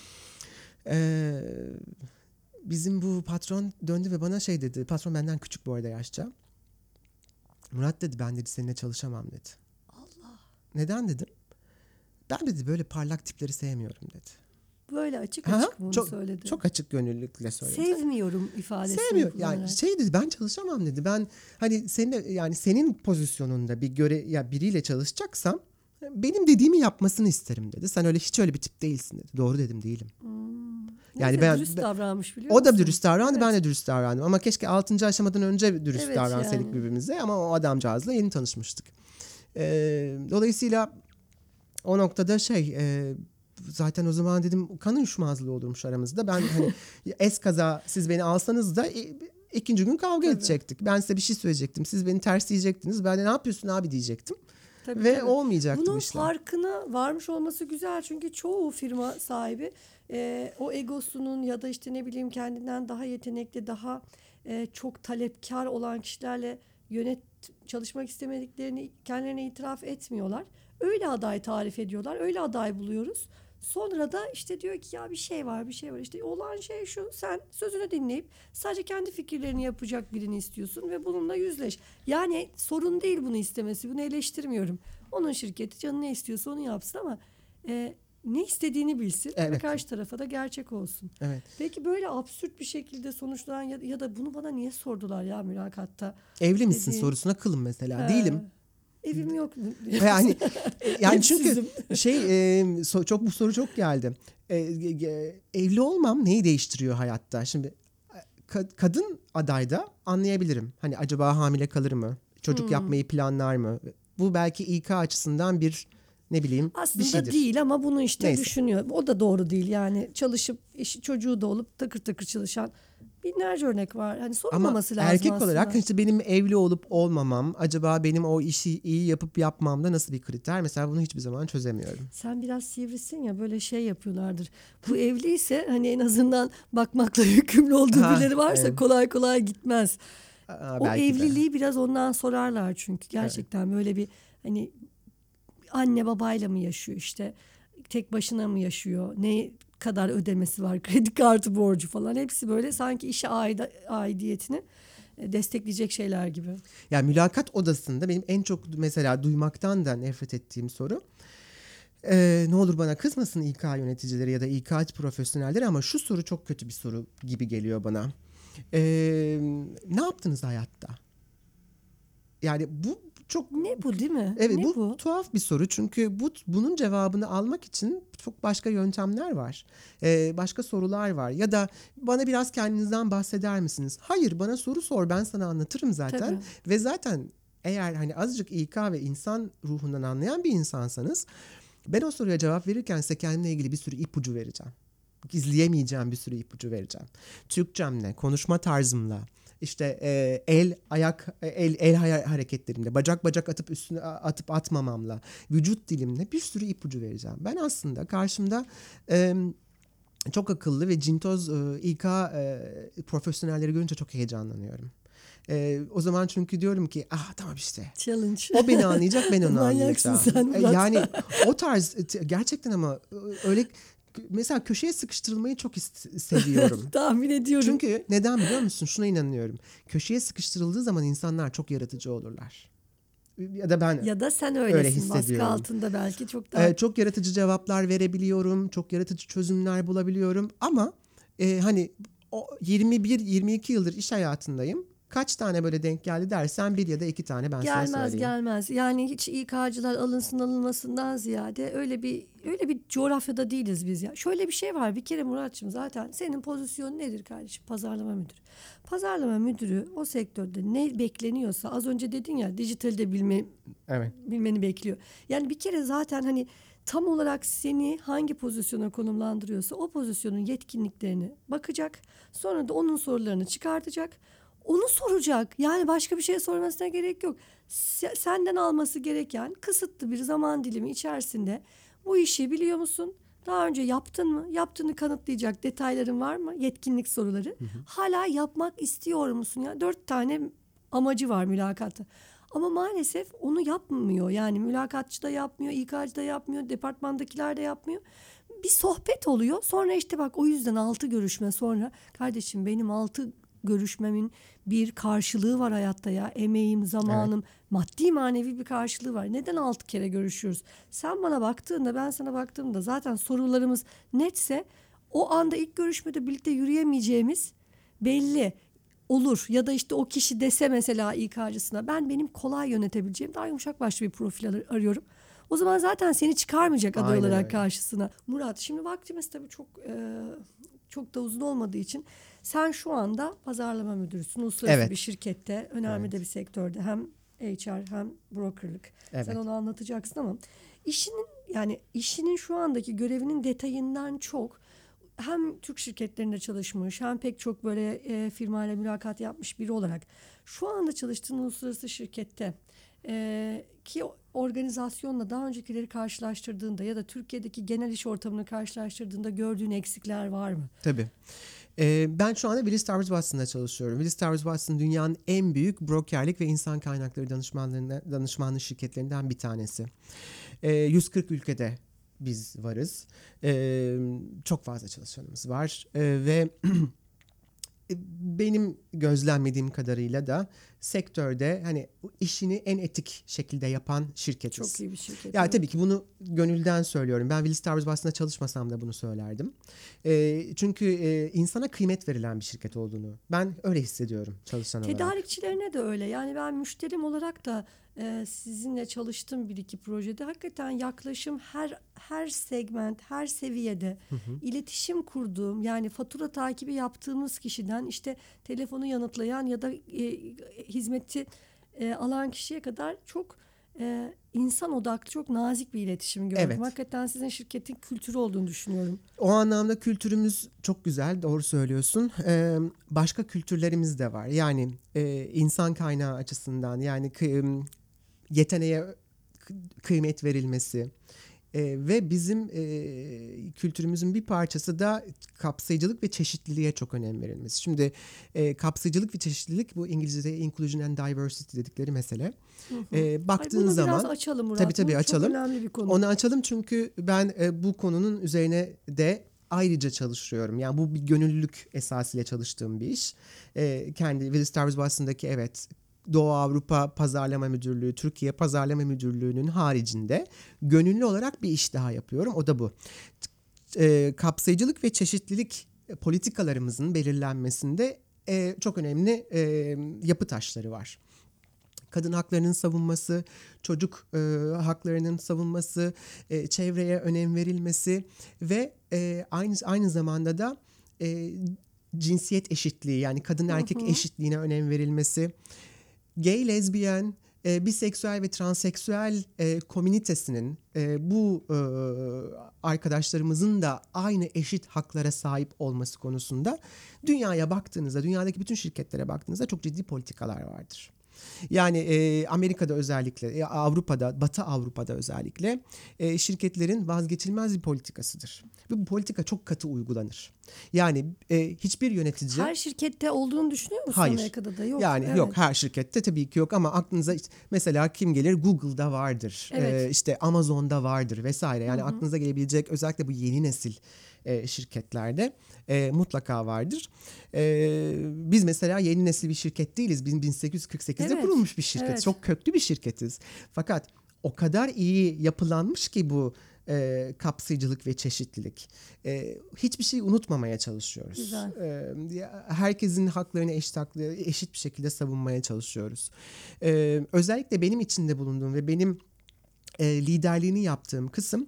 B: Bizim bu patron döndü ve bana şey dedi patron benden küçük bu arada yaşça. Murat dedi ben dedi seninle çalışamam dedi.
A: Allah.
B: Neden dedim? Ben dedi böyle parlak tipleri sevmiyorum dedi.
A: böyle açık
B: Aha,
A: açık bunu
B: çok,
A: söyledi.
B: çok açık gönüllülükle söyledi.
A: Sevmiyorum ifadesini
B: Sevmiyor. Yani
A: kullanarak.
B: şey dedi, ben çalışamam dedi. Ben hani senin pozisyonunda biriyle çalışacaksam benim dediğimi yapmasını isterim dedi. Sen hiç öyle bir tip değilsin dedi. Doğru dedim, değilim.
A: Yani dürüst davranmış biliyor
B: o
A: musun?
B: da dürüst davrandı,
A: Evet.
B: ben de dürüst davrandım. Ama keşke 6. aşamadan önce dürüst
A: Evet,
B: davransaydık
A: yani.
B: birbirimize. Ama o adamcağızla yeni tanışmıştık. Dolayısıyla o noktada zaten o zaman dedim kan uyuşmazlığı olurmuş aramızda. Ben hani eskaza siz beni alsanız da ikinci gün kavga
A: Tabii.
B: edecektik. Ben size bir şey söyleyecektim. Siz beni tersleyecektiniz. Ben de ne yapıyorsun abi diyecektim.
A: Tabii,
B: Ve
A: tabii.
B: olmayacaktı
A: Bunun
B: bu işler.
A: farkına varmış olması güzel. Çünkü çoğu firma sahibi o egosunun ya da işte ne bileyim kendinden daha yetenekli, daha çok talepkar olan kişilerle çalışmak istemediklerini kendilerine itiraf etmiyorlar. Öyle aday tarif ediyorlar. Öyle aday buluyoruz. Sonra da işte diyor ki ya bir şey var. İşte olan şey şu, sen sözünü dinleyip sadece kendi fikirlerini yapacak birini istiyorsun ve bununla yüzleş. Yani sorun değil bunu istemesi, bunu eleştirmiyorum. Onun şirketi canı ne istiyorsa onu yapsın ama ne istediğini bilsin ve
B: Evet.
A: karşı tarafa da gerçek olsun.
B: Evet.
A: Peki böyle absürt bir şekilde sonuçlanan ya da bunu bana niye sordular ya mülakatta?
B: Evli misin
A: dediğin-
B: sorusuna kılın mesela.
A: He,
B: Değilim.
A: Evim yok.
B: Yani çünkü
A: Evsizim.
B: bu soru çok geldi. Evli olmam neyi değiştiriyor hayatta? Şimdi kadın adayda anlayabilirim. Hani acaba hamile kalır mı? Çocuk yapmayı planlar mı? Bu belki İK açısından bir ne bileyim bir
A: Aslında
B: şeydir.
A: değil ama bunu işte
B: Neyse.
A: düşünüyor. O da doğru değil. Yani çalışıp çocuğu da olup takır takır çalışan binlerce örnek var. Hani
B: Ama
A: sorulmaması lazım
B: erkek
A: aslında.
B: olarak işte benim evli olup olmamam, acaba benim o işi iyi yapıp yapmamda nasıl bir kriter? Mesela bunu hiçbir zaman çözemiyorum.
A: Sen biraz sivrisin ya, böyle şey yapıyorlardır. Bu evliyse hani en azından bakmakla yükümlü olduğu
B: Ha,
A: birileri varsa
B: evet.
A: kolay kolay gitmez. O
B: Belki de.
A: evliliği biraz ondan sorarlar çünkü. Gerçekten böyle bir hani anne babayla mı yaşıyor, işte tek başına mı yaşıyor, ne kadar ödemesi var, kredi kartı borcu falan, hepsi böyle sanki işe aidiyetini destekleyecek şeyler gibi.
B: Yani mülakat odasında benim en çok mesela duymaktan da nefret ettiğim soru. Ne olur bana kızmasın İK yöneticileri ya da İK profesyonelleri ama şu soru çok kötü bir soru gibi geliyor bana. Ne yaptınız hayatta? Yani bu çok...
A: Ne bu değil mi?
B: Evet,
A: Ne
B: bu tuhaf bir soru çünkü bunun cevabını almak için çok başka yöntemler var. Başka sorular var ya da bana biraz kendinizden bahseder misiniz? Hayır, bana soru sor, ben sana anlatırım zaten.
A: Tabii.
B: Ve zaten eğer hani azıcık İK ve insan ruhundan anlayan bir insansanız ben o soruya cevap verirken size kendimle ilgili bir sürü ipucu vereceğim. Gizleyemeyeceğim bir sürü ipucu vereceğim. Türkçemle, konuşma tarzımla, işte el hareketlerimle, bacak atıp üstüne atıp atmamamla, vücut dilimle bir sürü ipucu vereceğim. Ben aslında karşımda çok akıllı ve cintoz İK profesyonelleri görünce çok heyecanlanıyorum. O zaman çünkü diyorum ki tamam işte.
A: Challenge.
B: O beni anlayacak, ben onu
A: Manyaksın
B: anlayacağım.
A: sen Murat.
B: Yani o tarz gerçekten ama öyle mesela köşeye sıkıştırılmayı çok seviyorum.
A: Tahmin ediyorum.
B: Çünkü neden biliyor musun? Şuna inanıyorum. Köşeye sıkıştırıldığı zaman insanlar çok yaratıcı olurlar. Ya da ben
A: ya da sen
B: öyle
A: öylesin. Baskı
B: hissediyorum.
A: altında belki çok daha...
B: Çok yaratıcı cevaplar verebiliyorum. Çok yaratıcı çözümler bulabiliyorum. Ama hani o 21-22 yıldır iş hayatındayım. Kaç tane böyle denk geldi dersen bir ya da iki tane ben sana söyleyeyim.
A: Gelmez. Yani hiç İK'cılar alınsın alınmasından ziyade öyle bir coğrafyada değiliz biz ya. Şöyle bir şey var bir kere Muratçığım, zaten senin pozisyonun nedir kardeşim? Pazarlama müdürü. Pazarlama müdürü o sektörde ne bekleniyorsa, az önce dedin ya, dijitalde
B: Evet.
A: bilmeni bekliyor. Yani bir kere zaten hani tam olarak seni hangi pozisyona konumlandırıyorsa o pozisyonun yetkinliklerini bakacak. Sonra da onun sorularını çıkartacak. Onu soracak. Yani başka bir şey sormasına gerek yok. Senden alması gereken kısıtlı bir zaman dilimi içerisinde bu işi biliyor musun? Daha önce yaptın mı? Yaptığını kanıtlayacak detayların var mı? Yetkinlik soruları. Hala yapmak istiyor musun? Ya 4 tane amacı var mülakatta. Ama maalesef onu yapmıyor. Yani mülakatçı da yapmıyor, İK'cı da yapmıyor, departmandakiler de yapmıyor. Bir sohbet oluyor. Sonra işte bak, o yüzden 6 görüşme sonra, kardeşim benim 6 görüşmemin bir karşılığı var hayatta ya. Emeğim, zamanım, maddi manevi bir karşılığı var. Neden 6 kere görüşüyoruz? Sen bana baktığında, ben sana baktığımda zaten sorularımız netse o anda ilk görüşmede birlikte yürüyemeyeceğimiz belli olur. Ya da işte o kişi dese mesela İK'cısına, ben benim kolay yönetebileceğim daha yumuşak başlı bir profil arıyorum. O zaman zaten seni çıkarmayacak aday
B: Aynen
A: olarak
B: öyle.
A: karşısına. Murat, şimdi vaktimiz tabii çok da uzun olmadığı için sen şu anda pazarlama müdürüsün. Uluslararası
B: Evet.
A: bir şirkette, önemli
B: Evet.
A: de bir sektörde, hem HR hem brokerlık.
B: Evet.
A: Sen onu anlatacaksın ama işinin şu andaki görevinin detayından çok, hem Türk şirketlerinde çalışmış hem pek çok böyle firmayla mülakat yapmış biri olarak şu anda çalıştığın uluslararası şirkette ki organizasyonla daha öncekileri karşılaştırdığında ya da Türkiye'deki genel iş ortamını karşılaştırdığında gördüğün eksikler var mı?
B: Tabii. Ben şu anda Willis Towers Watson'da çalışıyorum. Willis Towers Watson dünyanın en büyük brokerlik ve insan kaynakları danışmanlığı şirketlerinden bir tanesi. 140 ülkede biz varız. Çok fazla çalışanımız var. Ve benim gözlemlediğim kadarıyla da sektörde hani işini en etik şekilde yapan şirketiz.
A: Çok iyi bir şirket.
B: Ya
A: evet.
B: tabii ki bunu gönülden söylüyorum. Ben Willis Towers Watson'da çalışmasam da bunu söylerdim. Çünkü insana kıymet verilen bir şirket olduğunu ben öyle hissediyorum çalışan olarak.
A: Tedarikçilerine de öyle. Yani ben müşterim olarak da sizinle çalıştım bir iki projede. Hakikaten yaklaşım her segment, her seviyede iletişim kurduğum, yani fatura takibi yaptığımız kişiden işte telefonu yanıtlayan ya da hizmeti alan kişiye kadar çok insan odaklı, çok nazik bir iletişim gördüm.
B: Evet.
A: Hakikaten sizin şirketin kültürü olduğunu düşünüyorum.
B: O anlamda kültürümüz çok güzel, doğru söylüyorsun. Başka kültürlerimiz de var. Yani insan kaynağı açısından, yani yeteneğe kıymet verilmesi ve bizim kültürümüzün bir parçası da kapsayıcılık ve çeşitliliğe çok önem verilmesi. Şimdi kapsayıcılık ve çeşitlilik, bu İngilizce'de inclusion and diversity dedikleri mesele. Baktığın
A: Bunu
B: zaman
A: biraz açalım Murat.
B: tabii
A: Bu
B: açalım.
A: çok önemli bir konu.
B: Onu açalım çünkü ben bu konunun üzerine de ayrıca çalışıyorum. Yani bu bir gönüllülük esasıyla çalıştığım bir iş. Kendi Willis Towers Watson'daki Doğu Avrupa Pazarlama Müdürlüğü, Türkiye Pazarlama Müdürlüğü'nün haricinde gönüllü olarak bir iş daha yapıyorum. O da bu. Kapsayıcılık ve çeşitlilik politikalarımızın belirlenmesinde çok önemli yapı taşları var. Kadın haklarının savunması, çocuk haklarının savunması, çevreye önem verilmesi ve aynı zamanda da cinsiyet eşitliği, yani kadın erkek eşitliğine önem verilmesi, gay, lezbiyen, biseksüel ve transseksüel komünitesinin bu arkadaşlarımızın da aynı eşit haklara sahip olması konusunda dünyaya baktığınızda, dünyadaki bütün şirketlere baktığınızda çok ciddi politikalar vardır. Yani Amerika'da özellikle, Avrupa'da, Batı Avrupa'da özellikle şirketlerin vazgeçilmez bir politikasıdır. Ve bu politika çok katı uygulanır. Yani hiçbir yönetici...
A: Her şirkette olduğunu düşünüyor musun?
B: Hayır.
A: Amerika'da da yok.
B: Yani
A: Evet.
B: yok, her şirkette tabii ki yok ama aklınıza mesela kim gelir? Google'da vardır.
A: Evet.
B: İşte Amazon'da vardır vesaire. Yani aklınıza gelebilecek özellikle bu yeni nesil şirketlerde mutlaka vardır. Biz mesela yeni nesil bir şirket değiliz. Biz 1848'de
A: Evet.
B: kurulmuş bir şirket.
A: Evet.
B: Çok köklü bir şirketiz. Fakat o kadar iyi yapılanmış ki bu kapsayıcılık ve çeşitlilik. Hiçbir şey unutmamaya çalışıyoruz.
A: Güzel.
B: Herkesin haklarını eşit bir şekilde savunmaya çalışıyoruz. Özellikle benim içinde bulunduğum ve benim liderliğini yaptığım kısım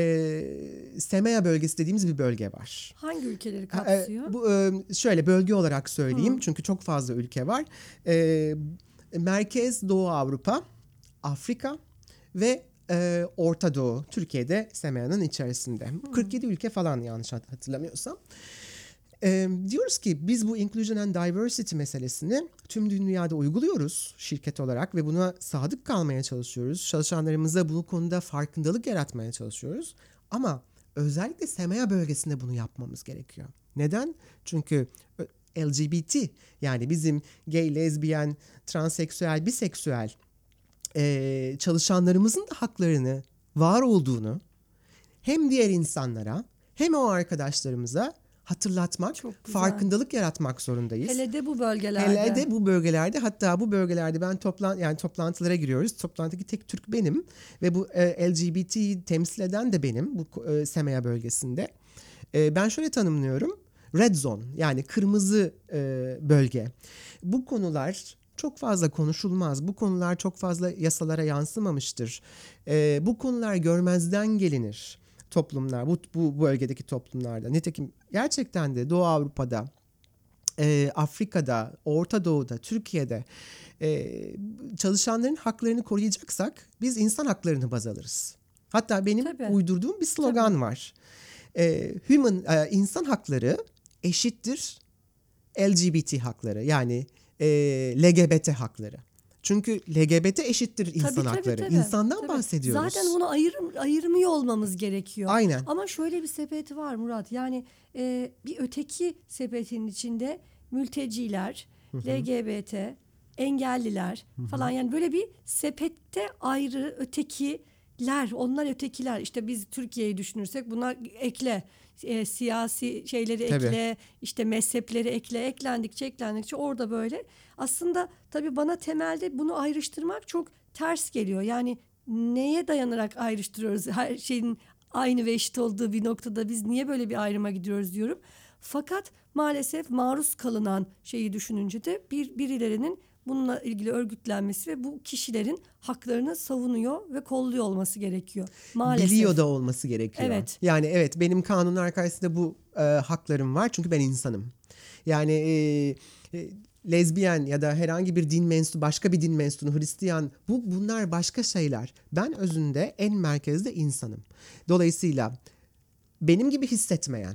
B: SEMEA bölgesi dediğimiz bir bölge var.
A: Hangi ülkeleri kapsıyor?
B: Bu şöyle bölge olarak söyleyeyim çünkü çok fazla ülke var. Merkez Doğu Avrupa, Afrika ve Orta Doğu, Türkiye'de SEMEA'nın içerisinde. 47 ülke falan yanlış hatırlamıyorsam. Diyoruz ki biz bu inclusion and diversity meselesini tüm dünyada uyguluyoruz şirket olarak ve buna sadık kalmaya çalışıyoruz. Çalışanlarımıza bu konuda farkındalık yaratmaya çalışıyoruz. Ama özellikle SEMEA bölgesinde bunu yapmamız gerekiyor. Neden? Çünkü LGBT, yani bizim gay, lezbiyen, transseksüel, biseksüel çalışanlarımızın da haklarını, var olduğunu hem diğer insanlara hem o arkadaşlarımıza hatırlatmak, farkındalık yaratmak zorundayız.
A: Hele de bu bölgelerde.
B: Hele de bu bölgelerde, hatta bu bölgelerde ben toplantılara giriyoruz. Toplantıdaki tek Türk benim ve bu LGBT temsil eden de benim bu SEMEA bölgesinde. Ben şöyle tanımlıyorum. Red zone, yani kırmızı bölge. Bu konular çok fazla konuşulmaz. Bu konular çok fazla yasalara yansımamıştır. Bu konular görmezden gelinir toplumlar, bu bölgedeki toplumlarda. Nitekim gerçekten de Doğu Avrupa'da, Afrika'da, Orta Doğu'da, Türkiye'de çalışanların haklarını koruyacaksak biz insan haklarını baz alırız. Hatta benim
A: Tabii.
B: uydurduğum bir slogan var. İnsan hakları eşittir LGBT hakları, yani LGBT hakları. Çünkü LGBT eşittir insan hakları. İnsandan bahsediyoruz.
A: Zaten bunu ayırmıyor olmamız gerekiyor.
B: Aynen.
A: Ama şöyle bir sepeti var Murat. Yani bir öteki sepetin içinde mülteciler, LGBT, engelliler falan, yani böyle bir sepette ayrı ötekiler, onlar ötekiler. İşte biz Türkiye'yi düşünürsek buna ekle. Siyasi şeyleri ekle, işte mezhepleri eklendikçe orada böyle. Aslında tabii bana temelde bunu ayrıştırmak çok ters geliyor. Yani neye dayanarak ayrıştırıyoruz? Her şeyin aynı ve eşit olduğu bir noktada biz niye böyle bir ayrıma gidiyoruz diyorum. Fakat maalesef maruz kalınan şeyi düşününce de birilerinin bununla ilgili örgütlenmesi ve bu kişilerin haklarını savunuyor ve kolluyor olması gerekiyor. Maalesef.
B: Biliyor da olması gerekiyor.
A: Evet.
B: Yani evet, benim kanunlar karşısında bu haklarım var çünkü ben insanım. Yani lezbiyen ya da herhangi bir din mensubu, başka bir din mensubu, Hristiyan, bunlar başka şeyler. Ben özünde en merkezde insanım. Dolayısıyla benim gibi hissetmeyen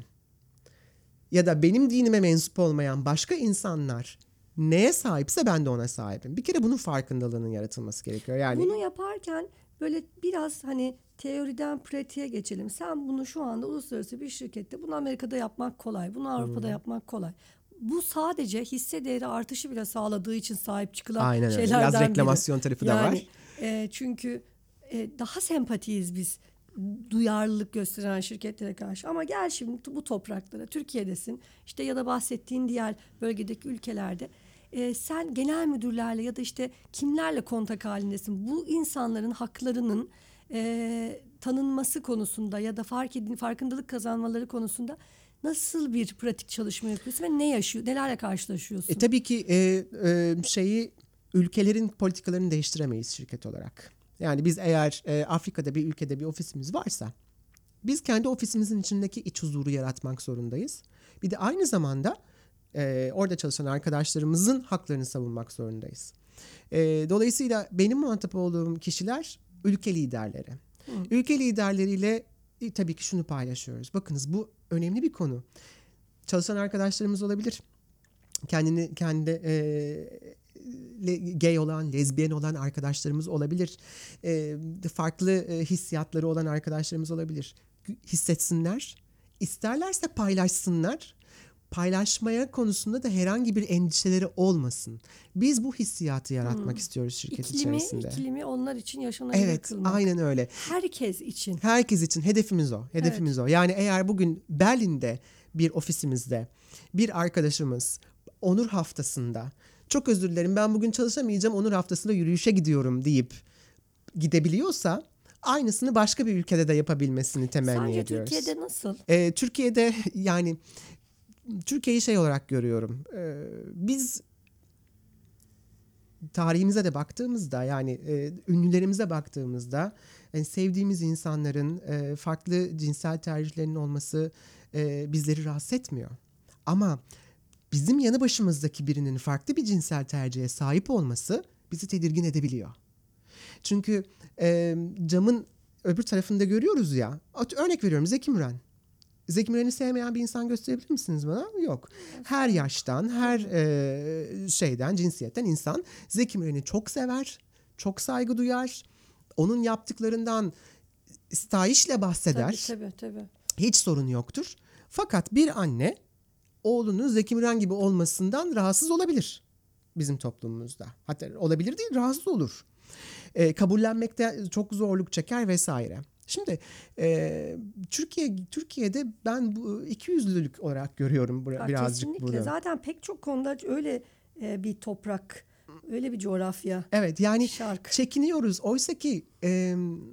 B: ya da benim dinime mensup olmayan başka insanlar neye sahipse ben de ona sahibim. Bir kere bunun farkındalığının yaratılması gerekiyor. Yani
A: bunu yaparken böyle biraz hani teoriden pratiğe geçelim. Sen bunu şu anda uluslararası bir şirkette, bunu Amerika'da yapmak kolay, bunu Avrupa'da yapmak kolay. Bu sadece hisse değeri artışı bile sağladığı için sahip çıkılan
B: aynen öyle.
A: şeylerden
B: Biraz reklamasyon
A: biri.
B: tarafı da var.
A: Çünkü daha sempatiyiz biz duyarlılık gösteren şirketlere karşı. Ama gel şimdi bu topraklara, Türkiye'desin işte, ya da bahsettiğin diğer bölgedeki ülkelerde. Sen genel müdürlerle ya da işte kimlerle kontak halindesin? Bu insanların haklarının tanınması konusunda ya da farkındalık kazanmaları konusunda nasıl bir pratik çalışma yapıyorsun ve nelerle karşılaşıyorsun?
B: Tabii ki ülkelerin politikalarını değiştiremeyiz şirket olarak. Yani biz eğer Afrika'da bir ülkede bir ofisimiz varsa biz kendi ofisimizin içindeki iç huzuru yaratmak zorundayız. Bir de aynı zamanda orada çalışan arkadaşlarımızın haklarını savunmak zorundayız. Dolayısıyla benim muhatap olduğum kişiler ülke liderleri. Ülke liderleriyle tabii ki şunu paylaşıyoruz. Bakınız, bu önemli bir konu. Çalışan arkadaşlarımız olabilir. Kendi gay olan, lezbiyen olan arkadaşlarımız olabilir. Farklı hissiyatları olan arkadaşlarımız olabilir. Hissetsinler, isterlerse paylaşsınlar. Paylaşmaya konusunda da herhangi bir endişeleri olmasın. Biz bu hissiyatı yaratmak istiyoruz şirket içerisinde.
A: İklimi onlar için yaşanabilir kılmak.
B: Evet, aynen öyle.
A: Herkes için.
B: Herkes için hedefimiz o. Hedefimiz o. Yani eğer bugün Berlin'de bir ofisimizde bir arkadaşımız onur haftasında, çok özür dilerim ben bugün çalışamayacağım, onur haftasında yürüyüşe gidiyorum deyip gidebiliyorsa, aynısını başka bir ülkede de yapabilmesini temenni ediyoruz.
A: Sence Türkiye'de nasıl?
B: Türkiye'de yani Türkiye'yi şey olarak görüyorum. Biz tarihimize de baktığımızda, yani ünlülerimize baktığımızda, yani sevdiğimiz insanların farklı cinsel tercihlerinin olması bizleri rahatsız etmiyor. Ama bizim yanı başımızdaki birinin farklı bir cinsel tercihe sahip olması bizi tedirgin edebiliyor. Çünkü camın öbür tarafında görüyoruz ya. Örnek veriyorum, Zeki Müren. Zeki Müren'i sevmeyen bir insan gösterebilir misiniz bana? Yok. Her yaştan, her cinsiyetten insan Zeki Müren'i çok sever, çok saygı duyar. Onun yaptıklarından istayişle bahseder.
A: Tabii.
B: Hiç sorun yoktur. Fakat bir anne oğlunun Zeki Müren gibi olmasından rahatsız olabilir bizim toplumumuzda. Hatta olabilir değil, rahatsız olur. Kabullenmekte çok zorluk çeker vesaire. Şimdi Türkiye'de ben bu ikiyüzlülük olarak görüyorum birazcık
A: kesinlikle.
B: bunu.
A: Zaten pek çok konuda öyle bir toprak, öyle bir coğrafya.
B: Evet, yani
A: şark.
B: çekiniyoruz. Oysa ki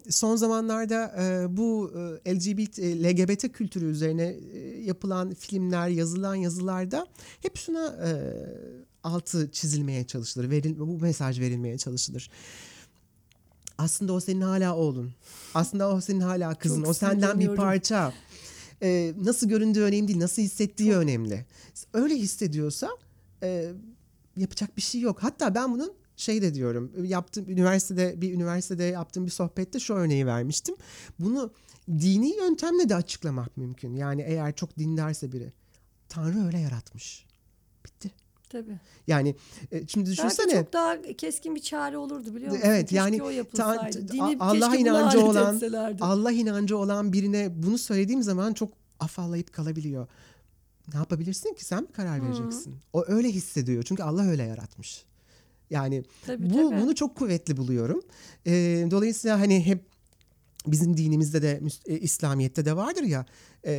B: son zamanlarda bu LGBT kültürü üzerine yapılan filmler, yazılan yazılarda hep şuna altı çizilmeye çalışılır. Bu mesaj verilmeye çalışılır. Aslında o senin hala oğlun. Aslında o senin hala kızın.
A: Çok
B: O senden bir
A: sinirleniyorum.
B: parça. Nasıl göründüğü önemli değil. Nasıl hissettiği önemli. Öyle hissediyorsa yapacak bir şey yok. Hatta ben bunun şey de diyorum. Bir üniversitede yaptığım bir sohbette şu örneği vermiştim. Bunu dini yöntemle de açıklamak mümkün. Yani eğer çok dindarsa biri. Tanrı öyle yaratmış. Bitti.
A: Tabii.
B: Yani şimdi düşünsene.
A: Belki çok daha keskin bir çare olurdu biliyor musun?
B: Evet,
A: Keşke
B: yani
A: o yapılsaydı. Dini
B: Allah
A: keşke buna
B: inancı
A: alet
B: olan
A: etselerdi.
B: Allah inancı olan birine bunu söylediğim zaman çok afallayıp kalabiliyor. Ne yapabilirsin ki, sen mi karar vereceksin? O öyle hissediyor çünkü Allah öyle yaratmış. Yani
A: Tabii.
B: bunu çok kuvvetli buluyorum. Dolayısıyla hani hep bizim dinimizde de İslamiyet'te de vardır ya,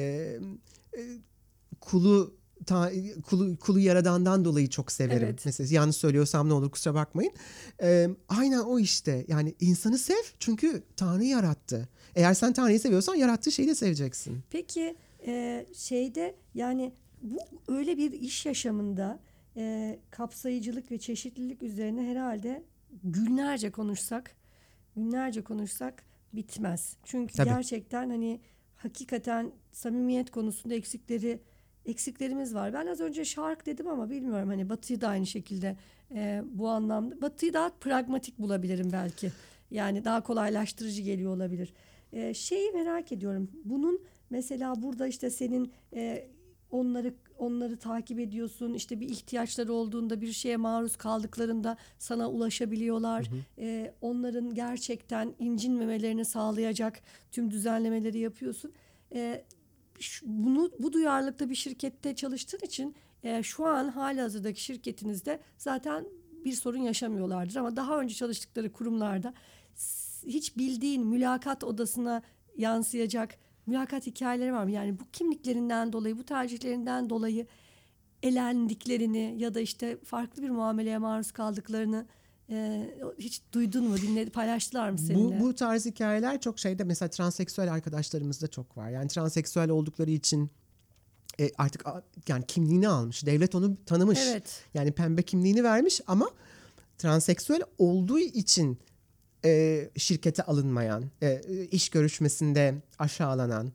B: kulu yaradandan dolayı çok severim.
A: Evet.
B: Mesela yanlış söylüyorsam ne olur kusura bakmayın. Aynen o işte. Yani insanı sev çünkü Tanrı yarattı. Eğer sen Tanrı'yı seviyorsan yarattığı şeyi de seveceksin.
A: Peki şeyde yani bu öyle bir iş yaşamında kapsayıcılık ve çeşitlilik üzerine herhalde günlerce konuşsak bitmez. Çünkü
B: Tabii.
A: gerçekten hani hakikaten samimiyet konusunda eksiklerimiz var. Ben az önce şark dedim ama bilmiyorum hani Batı'yı da aynı şekilde bu anlamda. Batı'yı daha pragmatik bulabilirim belki. Yani daha kolaylaştırıcı geliyor olabilir. Şeyi merak ediyorum. Bunun mesela burada işte senin onları takip ediyorsun. İşte bir ihtiyaçları olduğunda, bir şeye maruz kaldıklarında sana ulaşabiliyorlar. Onların gerçekten incinmemelerini sağlayacak tüm düzenlemeleri yapıyorsun. Bu duyarlılıkta bir şirkette çalıştığın için şu an halihazırdaki şirketinizde zaten bir sorun yaşamıyorlardır ama daha önce çalıştıkları kurumlarda hiç bildiğin mülakat odasına yansıyacak mülakat hikayeleri var mı? Yani bu kimliklerinden dolayı, bu tercihlerinden dolayı elendiklerini ya da işte farklı bir muameleye maruz kaldıklarını hiç duydun mu, paylaştılar mı seninle?
B: Bu tarz hikayeler çok şeyde, mesela transseksüel arkadaşlarımızda çok var. Yani transseksüel oldukları için artık yani kimliğini almış. Devlet onu tanımış.
A: Evet.
B: Yani pembe kimliğini vermiş ama transseksüel olduğu için şirkete alınmayan, iş görüşmesinde aşağılanan,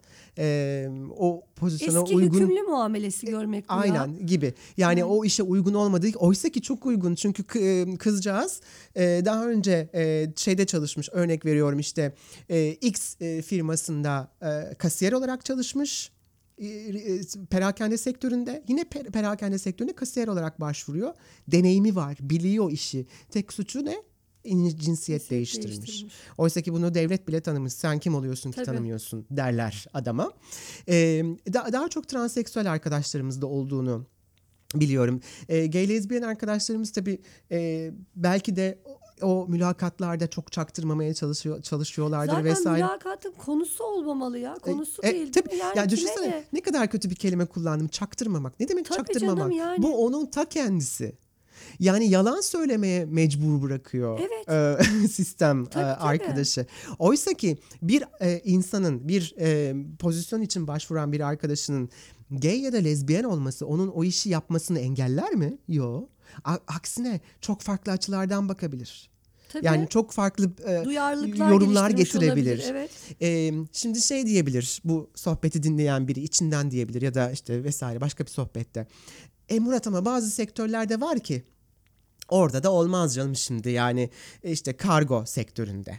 B: o pozisyona
A: Eski
B: uygun,
A: hükümlü muamelesi görmek bu ya.
B: aynen gibi. Yani o işe uygun olmadığı, oysa ki çok uygun. Çünkü kızcağız daha önce şeyde çalışmış. Örnek veriyorum, işte X firmasında kasiyer olarak çalışmış. Perakende sektöründe, yine perakende sektöründe kasiyer olarak başvuruyor. Deneyimi var, biliyor işi. Tek suçu ne? Cinsiyet değiştirmiş. Oysa ki bunu devlet bile tanımış. Sen kim oluyorsun ki
A: Tabii.
B: tanımıyorsun derler adama. Daha çok transseksüel arkadaşlarımızda olduğunu biliyorum. Gay lezbiyen arkadaşlarımız tabii belki de o mülakatlarda çok çaktırmamaya çalışıyorlardır
A: zaten
B: vesaire.
A: Zaten mülakatın konusu olmamalı ya. Konusu değil.
B: Tabii.
A: Yani
B: Yani düşünsene ne kadar kötü bir kelime kullandım. Çaktırmamak. Ne demek
A: tabii
B: çaktırmamak?
A: Canım yani.
B: Bu onun ta kendisi. Yani yalan söylemeye mecbur bırakıyor sistem
A: tabii.
B: arkadaşı. Oysa ki bir insanın bir pozisyon için başvuran bir arkadaşının gay ya da lezbiyen olması onun o işi yapmasını engeller mi? Yok. Aksine çok farklı açılardan bakabilir.
A: Tabii.
B: Yani çok farklı
A: geliştirmiş
B: yorumlar getirebilir.
A: olabilir, evet.
B: Şimdi şey diyebilir, bu sohbeti dinleyen biri içinden diyebilir ya da işte vesaire başka bir sohbette. Murat, ama bazı sektörlerde var ki orada da olmaz canım şimdi, yani işte kargo sektöründe.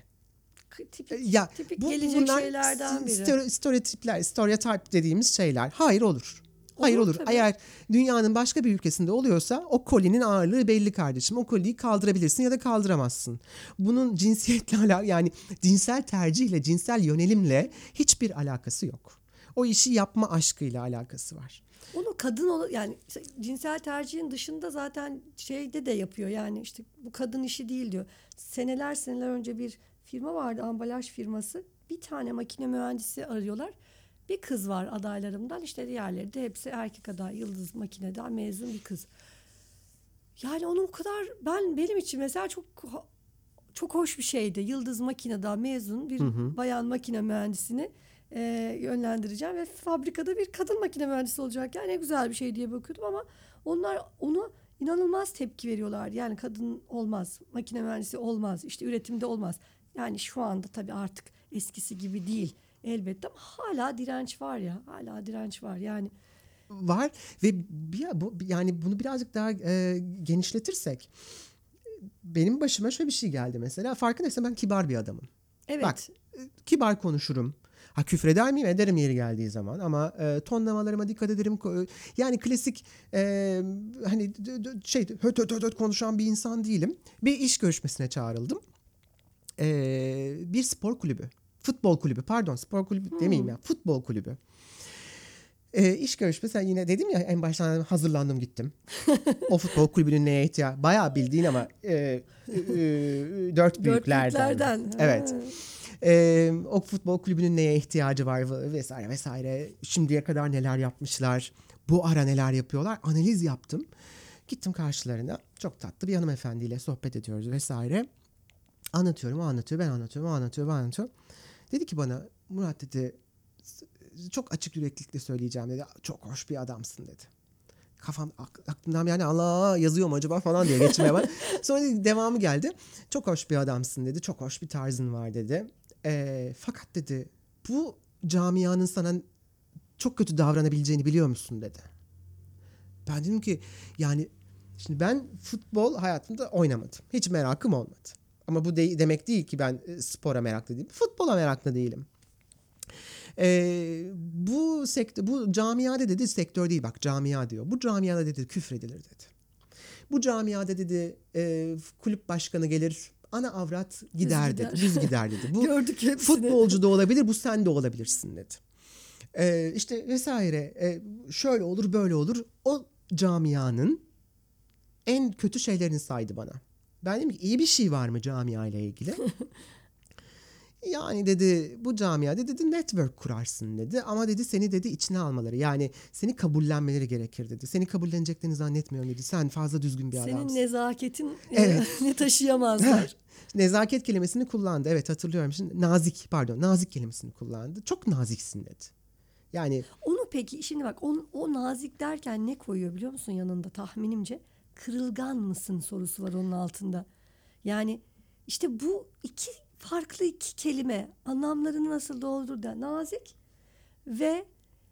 A: Tipik gelecek şeylerden biri.
B: Stereotip dediğimiz şeyler. Hayır, olur. Hayır, olur.
A: Tabii.
B: Eğer dünyanın başka bir ülkesinde oluyorsa o kolinin ağırlığı belli kardeşim. O koliyi kaldırabilirsin ya da kaldıramazsın. Bunun cinsiyetle yani cinsel tercihle, cinsel yönelimle hiçbir alakası yok. O işi yapma aşkıyla alakası var.
A: Onu yani cinsel tercihin dışında zaten şeyde de yapıyor. Yani işte bu kadın işi değil diyor. Seneler önce bir firma vardı, ambalaj firması. Bir tane makine mühendisi arıyorlar. Bir kız var adaylarımdan, işte diğerleri de hepsi erkek aday, Yıldız Makine'den mezun bir kız. Yani onun o kadar benim için mesela çok çok hoş bir şeydi. Yıldız Makina'dan mezun bir bayan makine mühendisini yönlendireceğim ve fabrikada bir kadın makine mühendisi olacak. Yani ne güzel bir şey diye bakıyordum ama onlar onu inanılmaz tepki veriyorlar. Yani kadın olmaz, makine mühendisi olmaz, işte üretimde olmaz. Yani şu anda tabii artık eskisi gibi değil elbette ama hala direnç var ya, hala direnç var. Yani
B: Var ve yani bunu birazcık daha genişletirsek benim başıma şöyle bir şey geldi mesela. Farkındaysan ben kibar bir adamım.
A: evet.
B: Bak, kibar konuşurum. Ha, küfreder miyim? Ederim yeri geldiği zaman ama tonlamalarıma dikkat ederim. Yani klasik hani höt höt höt konuşan bir insan değilim. Bir iş görüşmesine çağrıldım. Bir spor kulübü. Futbol kulübü, pardon, spor kulübü demeyeyim ya. Futbol kulübü. İş görüşmesi, yine dedim ya, en baştan hazırlandım gittim. O futbol kulübünün neye ihtiyacı? Bayağı bildiğin ama dört büyüklerden. Evet. O futbol kulübünün neye ihtiyacı var vesaire vesaire. Şimdiye kadar neler yapmışlar. Bu ara neler yapıyorlar. Analiz yaptım. Gittim karşılarına. Çok tatlı bir hanımefendiyle sohbet ediyoruz vesaire. Anlatıyorum, o anlatıyor, ben anlatıyorum, o anlatıyor, ben anlatıyorum. Dedi ki bana, Murat dedi, çok açık yüreklilikle söyleyeceğim dedi. Çok hoş bir adamsın dedi. Kafam aklımdan yani Allah yazıyor mu acaba falan diye geçmeye var. Sonra dedi, devamı geldi. Çok hoş bir adamsın dedi. Çok hoş bir tarzın var dedi. Fakat dedi, bu camianın sana çok kötü davranabileceğini biliyor musun dedi. Ben dedim ki yani şimdi ben futbol hayatımda oynamadım. Hiç merakım olmadı. Ama bu demek değil ki ben spora meraklı değilim. Futbola meraklı değilim. Bu camiada dedi, sektör değil bak, camia diyor. Bu camiada dedi küfredilir dedi. Bu camiada dedi kulüp başkanı gelir, ana avrat gider dedi. Düz gider dedi. Bu
A: gördük hepsini.
B: Futbolcu da olabilir, bu sen de olabilirsin dedi. İşte vesaire, şöyle olur böyle olur. O camianın en kötü şeylerini saydı bana. Ben dedim ki iyi bir şey var mı camia ile ilgili? Yani dedi, bu camiada dedi network kurarsın dedi. Ama dedi seni dedi içine almaları, yani seni kabullenmeleri gerekir dedi. Seni kabulleneceklerini zannetmiyorum dedi. Sen fazla düzgün bir adamsın.
A: Senin nezaketin
B: Evet.
A: ne taşıyamazlar.
B: Nezaket kelimesini kullandı. Evet, hatırlıyorum. Şimdi nazik kelimesini kullandı. Çok naziksin dedi. Yani
A: Onu peki şimdi bak o nazik derken ne koyuyor biliyor musun yanında tahminimce? Kırılgan mısın sorusu var onun altında. Yani işte bu farklı iki kelime anlamlarını nasıl doldurdu? Nazik ve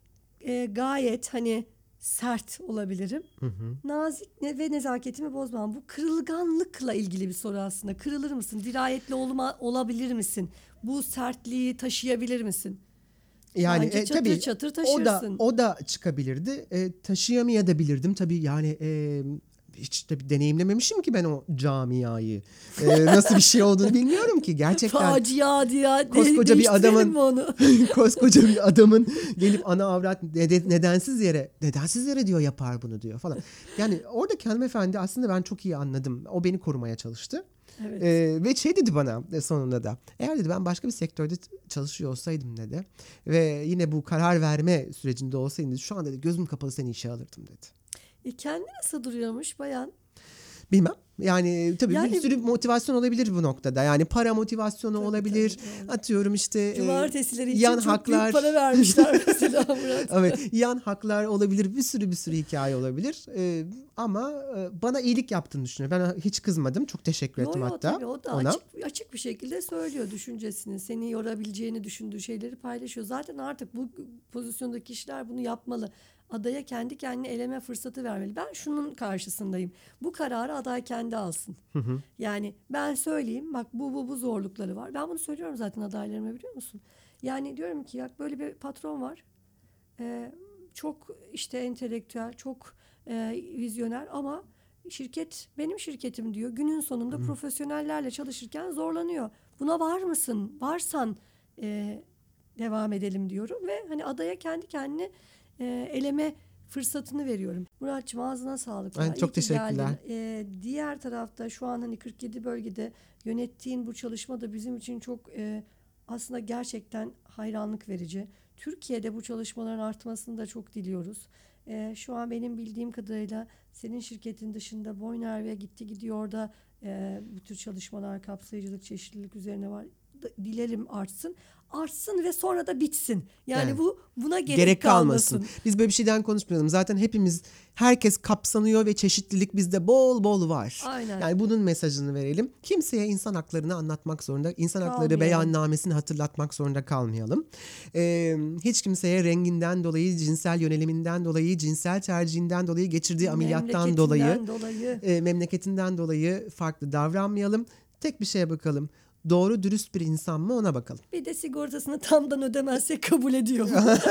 A: gayet hani sert olabilirim. Nazik ve nezaketimi bozmam. Bu kırılganlıkla ilgili bir soru aslında. Kırılır mısın? Dirayetli olabilir misin? Bu sertliği taşıyabilir misin?
B: yani
A: Bence çatır
B: tabii
A: çatır taşırsın.
B: o da çıkabilirdi. Taşıyamayabilirdim tabii, yani hiç tabii deneyimlememişim ki ben o camiayı. Nasıl bir şey olduğunu bilmiyorum ki gerçekten.
A: Facia diye
B: Koskoca bir adamın
A: onu.
B: koskoca bir adamın gelip ana avrat nedensiz yere diyor yapar bunu diyor falan. Yani oradaki hanımefendi aslında ben çok iyi anladım. O beni korumaya çalıştı.
A: Evet.
B: Ve şey dedi bana sonunda da, eğer dedi ben başka bir sektörde çalışıyor olsaydım dedi ve yine bu karar verme sürecinde olsaydım dedi, şu an dedi gözüm kapalı seni işe alırdım dedi.
A: Kendi nasıl duruyormuş bayan?
B: Bilmem. Yani tabii
A: Yani,
B: bir sürü motivasyon olabilir bu noktada. Yani para motivasyonu
A: tabii,
B: olabilir.
A: tabii.
B: Atıyorum işte
A: Cumartesileri için
B: yan
A: çok
B: haklar.
A: büyük para vermişler mesela Murat.
B: Evet, yan haklar olabilir. Bir sürü hikaye olabilir. Ama bana iyilik yaptığını düşünüyorum. Ben hiç kızmadım. Çok teşekkür ettim hatta
A: Tabii, o da
B: ona.
A: açık bir şekilde söylüyor düşüncesini. Seni yorabileceğini düşündüğü şeyleri paylaşıyor. Zaten artık bu pozisyondaki kişiler bunu yapmalı. Adaya kendi kendini eleme fırsatı vermeli. Ben şunun karşısındayım. Bu kararı aday kendi alsın. Yani ben söyleyeyim bak bu zorlukları var. Ben bunu söylüyorum zaten adaylarıma, biliyor musun? Yani diyorum ki ya böyle bir patron var. Çok işte entelektüel, çok vizyoner ama şirket benim şirketim diyor. Günün sonunda profesyonellerle çalışırken zorlanıyor. Buna var mısın? Varsan devam edelim diyorum ve hani adaya kendi kendine eleme fırsatını veriyorum. Muratçığım ağzına sağlık.
B: Ay, çok teşekkürler.
A: Diğer tarafta şu an hani 47 bölgede yönettiğin bu çalışma da bizim için çok aslında gerçekten hayranlık verici. Türkiye'de bu çalışmaların artmasını da çok diliyoruz. Şu an benim bildiğim kadarıyla senin şirketin dışında Boyner ve gidiyor da bu tür çalışmalar kapsayıcılık, çeşitlilik üzerine var. Dilerim artsın ve sonra da bitsin. Yani
B: Evet.
A: buna gerek kalmasın.
B: Biz böyle bir şeyden konuşmayalım. Zaten herkes kapsanıyor ve çeşitlilik bizde bol bol var.
A: Aynen.
B: Yani bunun mesajını verelim. Kimseye insan haklarını anlatmak zorunda, insan hakları
A: Kalmayalım.
B: beyannamesini hatırlatmak zorunda kalmayalım. Hiç kimseye renginden dolayı, cinsel yöneliminden dolayı, cinsel tercihinden dolayı, geçirdiği ameliyattan dolayı, memleketinden dolayı farklı davranmayalım. Tek bir şeye bakalım. Doğru dürüst bir insan mı, ona bakalım.
A: Bir de sigortasını tamdan ödemezse kabul ediyor.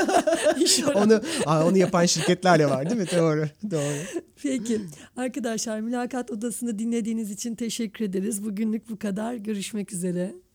B: Onu yapan şirketler de var değil mi? Doğru.
A: Peki arkadaşlar, Mülakat Odası'nı dinlediğiniz için teşekkür ederiz. Bugünlük bu kadar. Görüşmek üzere.